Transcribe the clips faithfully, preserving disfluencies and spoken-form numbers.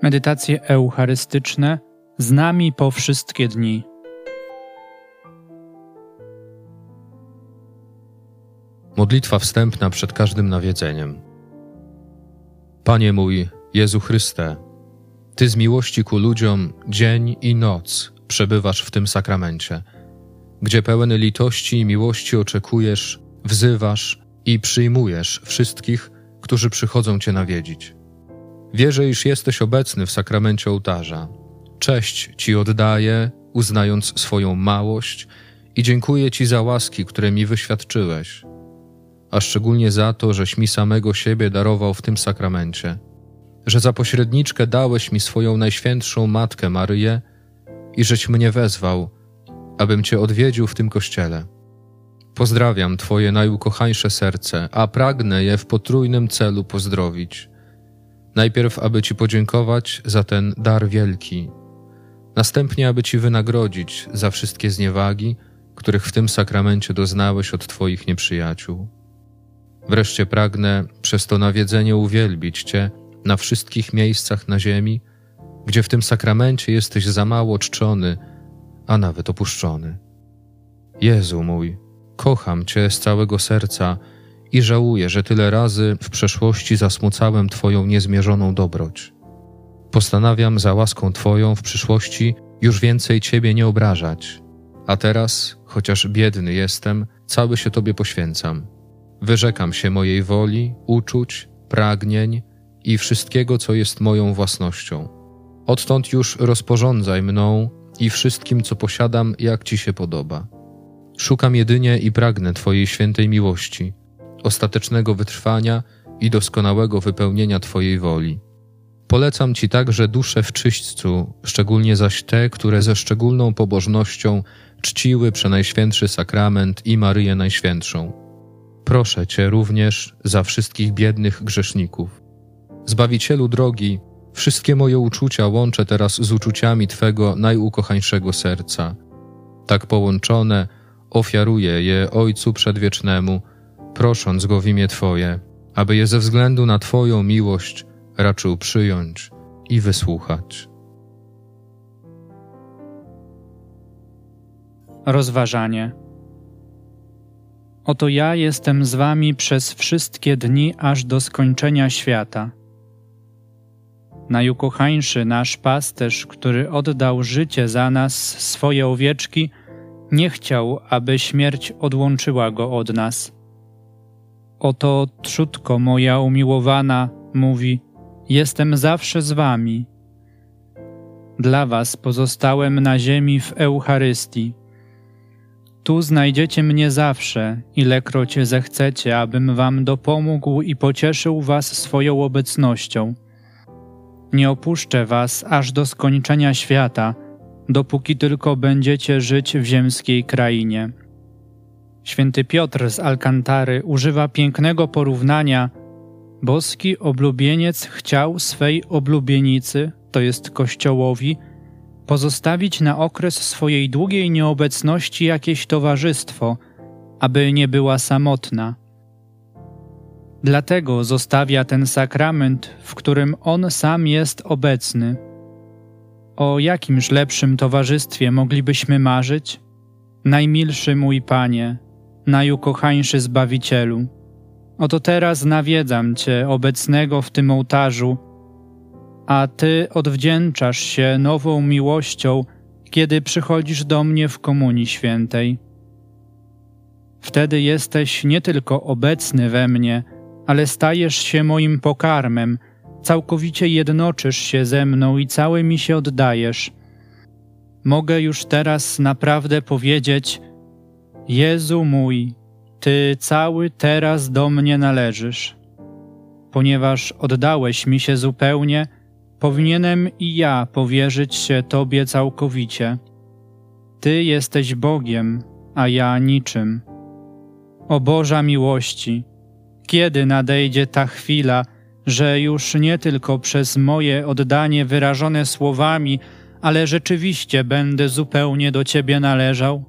Medytacje eucharystyczne z nami po wszystkie dni. Modlitwa wstępna przed każdym nawiedzeniem. Panie mój, Jezu Chryste, Ty z miłości ku ludziom dzień i noc przebywasz w tym sakramencie, gdzie pełen litości i miłości oczekujesz, wzywasz i przyjmujesz wszystkich, którzy przychodzą Cię nawiedzić. Wierzę, iż jesteś obecny w sakramencie ołtarza. Cześć Ci oddaję, uznając swoją małość i dziękuję Ci za łaski, które mi wyświadczyłeś, a szczególnie za to, żeś mi samego siebie darował w tym sakramencie, że za pośredniczkę dałeś mi swoją najświętszą Matkę Maryję i żeś mnie wezwał, abym Cię odwiedził w tym kościele. Pozdrawiam Twoje najukochańsze serce, a pragnę je w potrójnym celu pozdrowić. Najpierw, aby Ci podziękować za ten dar wielki, następnie, aby Ci wynagrodzić za wszystkie zniewagi, których w tym sakramencie doznałeś od Twoich nieprzyjaciół. Wreszcie pragnę przez to nawiedzenie uwielbić Cię na wszystkich miejscach na ziemi, gdzie w tym sakramencie jesteś za mało czczony, a nawet opuszczony. Jezu mój, kocham Cię z całego serca i żałuję, że tyle razy w przeszłości zasmucałem Twoją niezmierzoną dobroć. Postanawiam za łaską Twoją w przyszłości już więcej Ciebie nie obrażać, a teraz, chociaż biedny jestem, cały się Tobie poświęcam. Wyrzekam się mojej woli, uczuć, pragnień i wszystkiego, co jest moją własnością. Odtąd już rozporządzaj mną i wszystkim, co posiadam, jak Ci się podoba. Szukam jedynie i pragnę Twojej świętej miłości, ostatecznego wytrwania i doskonałego wypełnienia Twojej woli. Polecam Ci także dusze w czyśćcu, szczególnie zaś te, które ze szczególną pobożnością czciły Przenajświętszy Sakrament i Maryję Najświętszą. Proszę Cię również za wszystkich biednych grzeszników. Zbawicielu drogi, wszystkie moje uczucia łączę teraz z uczuciami Twego najukochańszego serca. Tak połączone ofiaruję je Ojcu Przedwiecznemu, prosząc Go w imię Twoje, aby je ze względu na Twoją miłość raczył przyjąć i wysłuchać. Rozważanie. Oto ja jestem z wami przez wszystkie dni aż do skończenia świata. Najukochańszy nasz pasterz, który oddał życie za nas, swoje owieczki, nie chciał, aby śmierć odłączyła go od nas. Oto trzódko moja umiłowana mówi: jestem zawsze z wami. Dla was pozostałem na ziemi w Eucharystii. Tu znajdziecie mnie zawsze, ilekroć zechcecie, abym wam dopomógł i pocieszył was swoją obecnością. Nie opuszczę was aż do skończenia świata, dopóki tylko będziecie żyć w ziemskiej krainie. Święty Piotr z Alkantary używa pięknego porównania: boski oblubieniec chciał swej oblubienicy, to jest Kościołowi, pozostawić na okres swojej długiej nieobecności jakieś towarzystwo, aby nie była samotna. Dlatego zostawia ten sakrament, w którym On sam jest obecny. O jakimż lepszym towarzystwie moglibyśmy marzyć? Najmilszy mój Panie, najukochańszy Zbawicielu, oto teraz nawiedzam Cię obecnego w tym ołtarzu, a Ty odwdzięczasz się nową miłością, kiedy przychodzisz do mnie w Komunii Świętej. Wtedy jesteś nie tylko obecny we mnie, ale stajesz się moim pokarmem, całkowicie jednoczysz się ze mną i cały mi się oddajesz. Mogę już teraz naprawdę powiedzieć: Jezu mój, Ty cały teraz do mnie należysz. Ponieważ oddałeś mi się zupełnie, powinienem i ja powierzyć się Tobie całkowicie. Ty jesteś Bogiem, a ja niczym. O Boża miłości, kiedy nadejdzie ta chwila, że już nie tylko przez moje oddanie wyrażone słowami, ale rzeczywiście będę zupełnie do Ciebie należał?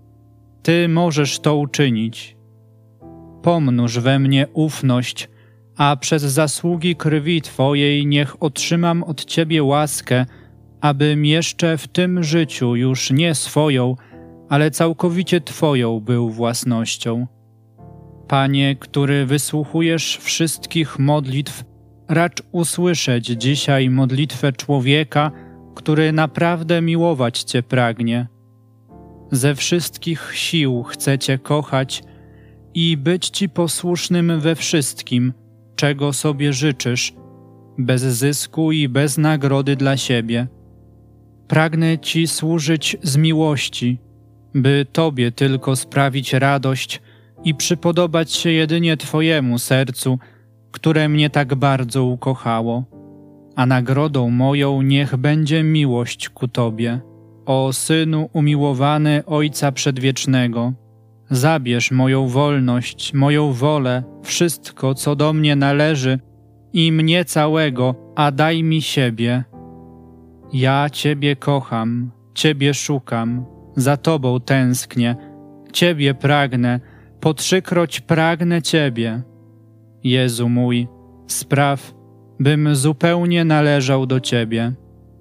Ty możesz to uczynić. Pomnóż we mnie ufność, a przez zasługi krwi Twojej niech otrzymam od Ciebie łaskę, abym jeszcze w tym życiu już nie swoją, ale całkowicie Twoją był własnością. Panie, który wysłuchujesz wszystkich modlitw, racz usłyszeć dzisiaj modlitwę człowieka, który naprawdę miłować Cię pragnie. Ze wszystkich sił chce Cię kochać i być Ci posłusznym we wszystkim, czego sobie życzysz, bez zysku i bez nagrody dla siebie. Pragnę Ci służyć z miłości, by Tobie tylko sprawić radość i przypodobać się jedynie Twojemu sercu, które mnie tak bardzo ukochało. A nagrodą moją niech będzie miłość ku Tobie. O Synu umiłowany Ojca Przedwiecznego, zabierz moją wolność, moją wolę, wszystko, co do mnie należy i mnie całego, a daj mi siebie. Ja Ciebie kocham, Ciebie szukam, za Tobą tęsknię, Ciebie pragnę, po trzykroć pragnę Ciebie. Jezu mój, spraw, bym zupełnie należał do Ciebie.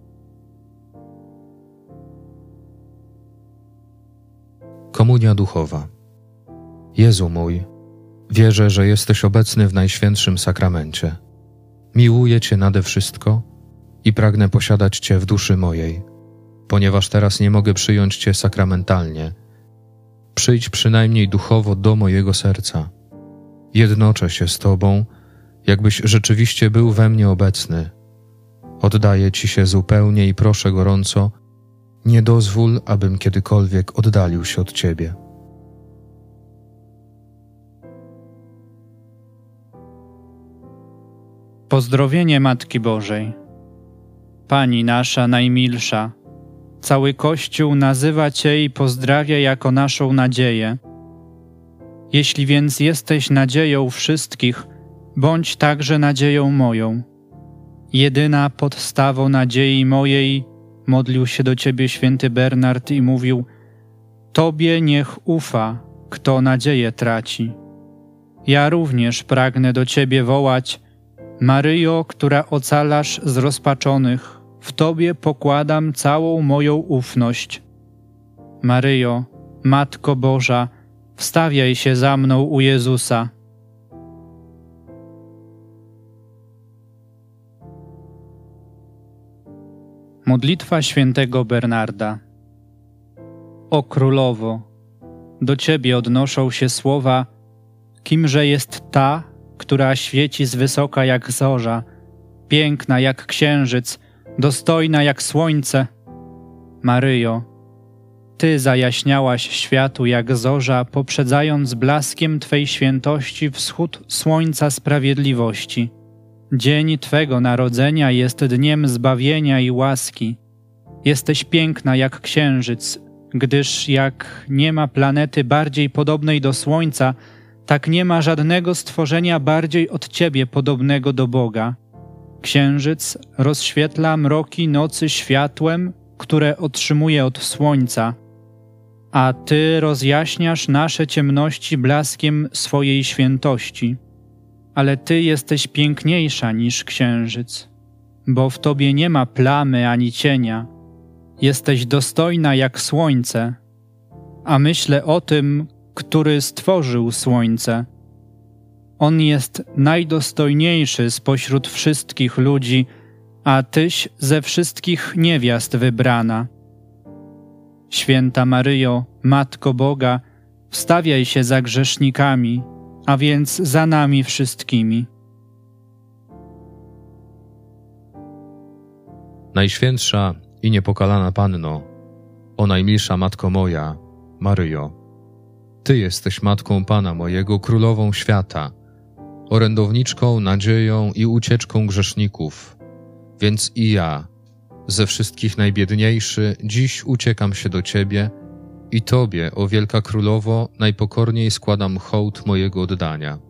Komunia duchowa. Jezu mój, wierzę, że jesteś obecny w Najświętszym Sakramencie. Miłuję Cię nade wszystko i pragnę posiadać Cię w duszy mojej, ponieważ teraz nie mogę przyjąć Cię sakramentalnie. Przyjdź przynajmniej duchowo do mojego serca. Jednoczę się z Tobą, jakbyś rzeczywiście był we mnie obecny. Oddaję Ci się zupełnie i proszę gorąco, nie dozwól, abym kiedykolwiek oddalił się od Ciebie. Pozdrowienie Matki Bożej. Pani nasza najmilsza, cały Kościół nazywa Cię i pozdrawia jako naszą nadzieję. Jeśli więc jesteś nadzieją wszystkich, bądź także nadzieją moją. Jedyna podstawą nadziei mojej, modlił się do Ciebie święty Bernard i mówił: Tobie niech ufa, kto nadzieję traci. Ja również pragnę do Ciebie wołać: Maryjo, która ocalasz zrozpaczonych, w Tobie pokładam całą moją ufność. Maryjo, Matko Boża, wstawiaj się za mną u Jezusa. Modlitwa świętego Bernarda. O Królowo, do Ciebie odnoszą się słowa: Kimże jest ta, która świeci z wysoka jak zorza, piękna jak księżyc, dostojna jak słońce? Maryjo, Ty zajaśniałaś światu jak zorza, poprzedzając blaskiem Twej świętości wschód słońca sprawiedliwości. Dzień Twego narodzenia jest dniem zbawienia i łaski. Jesteś piękna jak księżyc, gdyż jak nie ma planety bardziej podobnej do słońca, tak nie ma żadnego stworzenia bardziej od Ciebie podobnego do Boga. Księżyc rozświetla mroki nocy światłem, które otrzymuje od słońca, a Ty rozjaśniasz nasze ciemności blaskiem swojej świętości. Ale Ty jesteś piękniejsza niż księżyc, bo w Tobie nie ma plamy ani cienia. Jesteś dostojna jak słońce, a myślę o tym, który stworzył słońce. On jest najdostojniejszy spośród wszystkich ludzi, a Tyś ze wszystkich niewiast wybrana. Święta Maryjo, Matko Boga, wstawiaj się za grzesznikami, a więc za nami wszystkimi. Najświętsza i niepokalana Panno, o najmilsza Matko moja, Maryjo, Ty jesteś Matką Pana mojego, Królową świata, orędowniczką, nadzieją i ucieczką grzeszników, więc i ja, ze wszystkich najbiedniejszy, dziś uciekam się do Ciebie i Tobie, o wielka Królowo, najpokorniej składam hołd mojego oddania.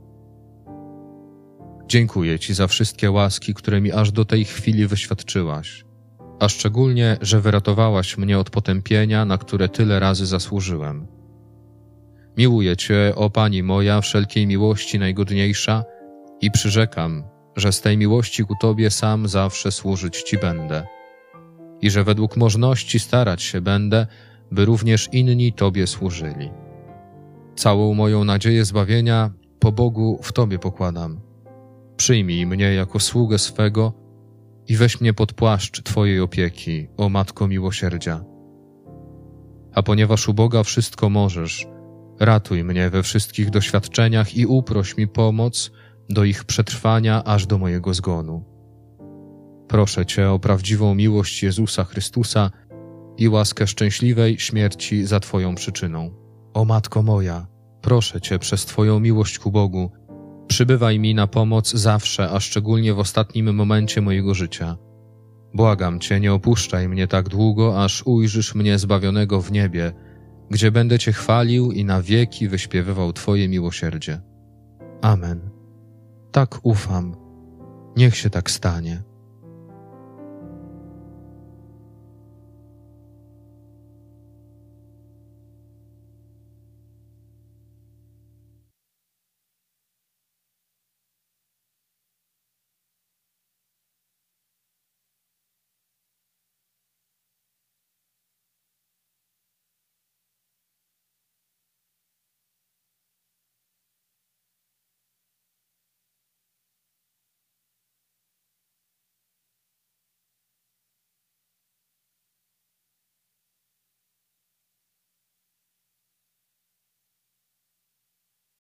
Dziękuję Ci za wszystkie łaski, które mi aż do tej chwili wyświadczyłaś, a szczególnie, że wyratowałaś mnie od potępienia, na które tyle razy zasłużyłem. Miłuję Cię, o Pani moja, wszelkiej miłości najgodniejsza, i przyrzekam, że z tej miłości ku Tobie sam zawsze służyć Ci będę i że według możności starać się będę, by również inni Tobie służyli. Całą moją nadzieję zbawienia po Bogu w Tobie pokładam. Przyjmij mnie jako sługę swego i weź mnie pod płaszcz Twojej opieki, o Matko miłosierdzia. A ponieważ u Boga wszystko możesz, ratuj mnie we wszystkich doświadczeniach i uproś mi pomoc do ich przetrwania aż do mojego zgonu. Proszę Cię o prawdziwą miłość Jezusa Chrystusa i łaskę szczęśliwej śmierci za Twoją przyczyną. O Matko moja, proszę Cię przez Twoją miłość ku Bogu, przybywaj mi na pomoc zawsze, a szczególnie w ostatnim momencie mojego życia. Błagam Cię, nie opuszczaj mnie tak długo, aż ujrzysz mnie zbawionego w niebie, gdzie będę Cię chwalił i na wieki wyśpiewywał Twoje miłosierdzie. Amen. Tak ufam. Niech się tak stanie.